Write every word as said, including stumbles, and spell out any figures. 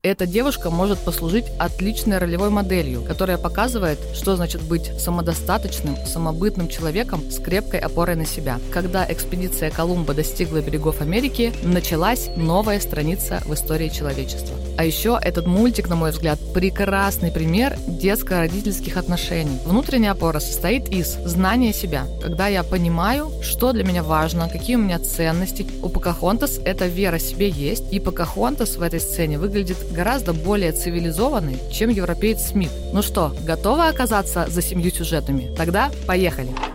Эта девушка может послужить отличной ролевой моделью, которая показывает, что значит быть самодостаточным, самобытным человеком с крепкой опорой на себя. Когда экспедиция Колумба достигла берегов Америки, началась новая страница в истории человечества. А еще этот мультик, на мой взгляд, прекрасный пример детско-родительских отношений. Внутренняя опора состоит из знания себя. Когда я понимаю, что для меня важно, какие у меня ценности. У Покахонтас эта вера в себе есть, и Покахонтас в этой сцене выглядит гораздо более цивилизованной, чем европеец Смит. Ну что, готовы оказаться за семью сюжетами? Тогда поехали!